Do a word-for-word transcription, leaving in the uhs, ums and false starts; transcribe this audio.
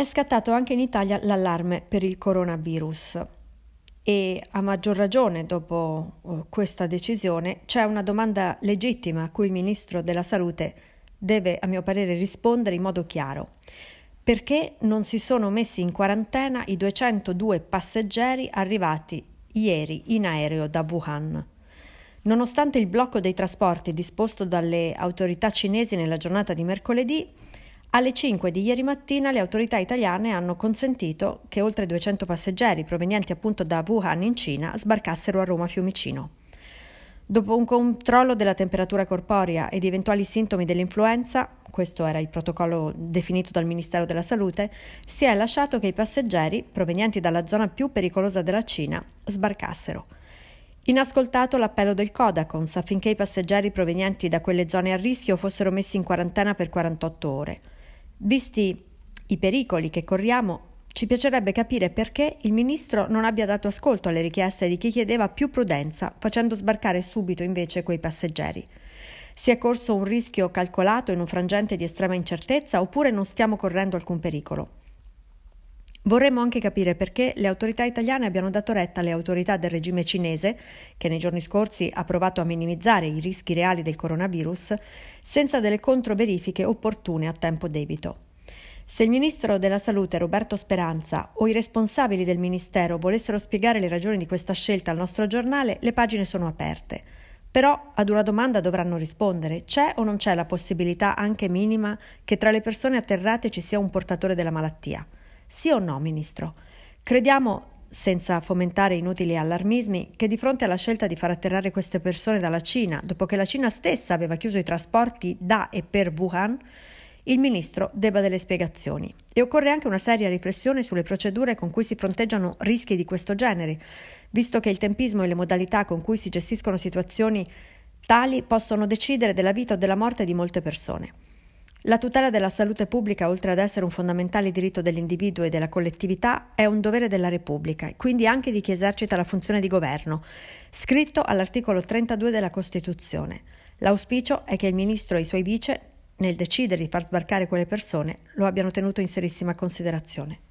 È scattato anche in Italia l'allarme per il coronavirus e a maggior ragione dopo uh, questa decisione c'è una domanda legittima a cui il Ministro della Salute deve, a mio parere, rispondere in modo chiaro. Perché non si sono messi in quarantena i duecentodue passeggeri arrivati ieri in aereo da Wuhan? Nonostante il blocco dei trasporti disposto dalle autorità cinesi nella giornata di mercoledì, alle cinque di ieri mattina le autorità italiane hanno consentito che oltre duecento passeggeri provenienti appunto da Wuhan in Cina sbarcassero a Roma Fiumicino. Dopo un controllo della temperatura corporea e di eventuali sintomi dell'influenza, questo era il protocollo definito dal Ministero della Salute, si è lasciato che i passeggeri provenienti dalla zona più pericolosa della Cina sbarcassero. Inascoltato l'appello del Codacons affinché i passeggeri provenienti da quelle zone a rischio fossero messi in quarantena per quarantotto ore. Visti i pericoli che corriamo, ci piacerebbe capire perché il Ministro non abbia dato ascolto alle richieste di chi chiedeva più prudenza, facendo sbarcare subito invece quei passeggeri. Si è corso un rischio calcolato in un frangente di estrema incertezza oppure non stiamo correndo alcun pericolo? Vorremmo anche capire perché le autorità italiane abbiano dato retta alle autorità del regime cinese, che nei giorni scorsi ha provato a minimizzare i rischi reali del coronavirus, senza delle controverifiche opportune a tempo debito. Se il Ministro della Salute Roberto Speranza o i responsabili del Ministero volessero spiegare le ragioni di questa scelta al nostro giornale, le pagine sono aperte. Però ad una domanda dovranno rispondere: c'è o non c'è la possibilità, anche minima, che tra le persone atterrate ci sia un portatore della malattia? Sì o no, Ministro? Crediamo, senza fomentare inutili allarmismi, che di fronte alla scelta di far atterrare queste persone dalla Cina, dopo che la Cina stessa aveva chiuso i trasporti da e per Wuhan, il Ministro debba delle spiegazioni. E occorre anche una seria riflessione sulle procedure con cui si fronteggiano rischi di questo genere, visto che il tempismo e le modalità con cui si gestiscono situazioni tali possono decidere della vita o della morte di molte persone. La tutela della salute pubblica, oltre ad essere un fondamentale diritto dell'individuo e della collettività, è un dovere della Repubblica e quindi anche di chi esercita la funzione di governo, scritto all'articolo trentadue della Costituzione. L'auspicio è che il Ministro e i suoi vice, nel decidere di far sbarcare quelle persone, lo abbiano tenuto in serissima considerazione.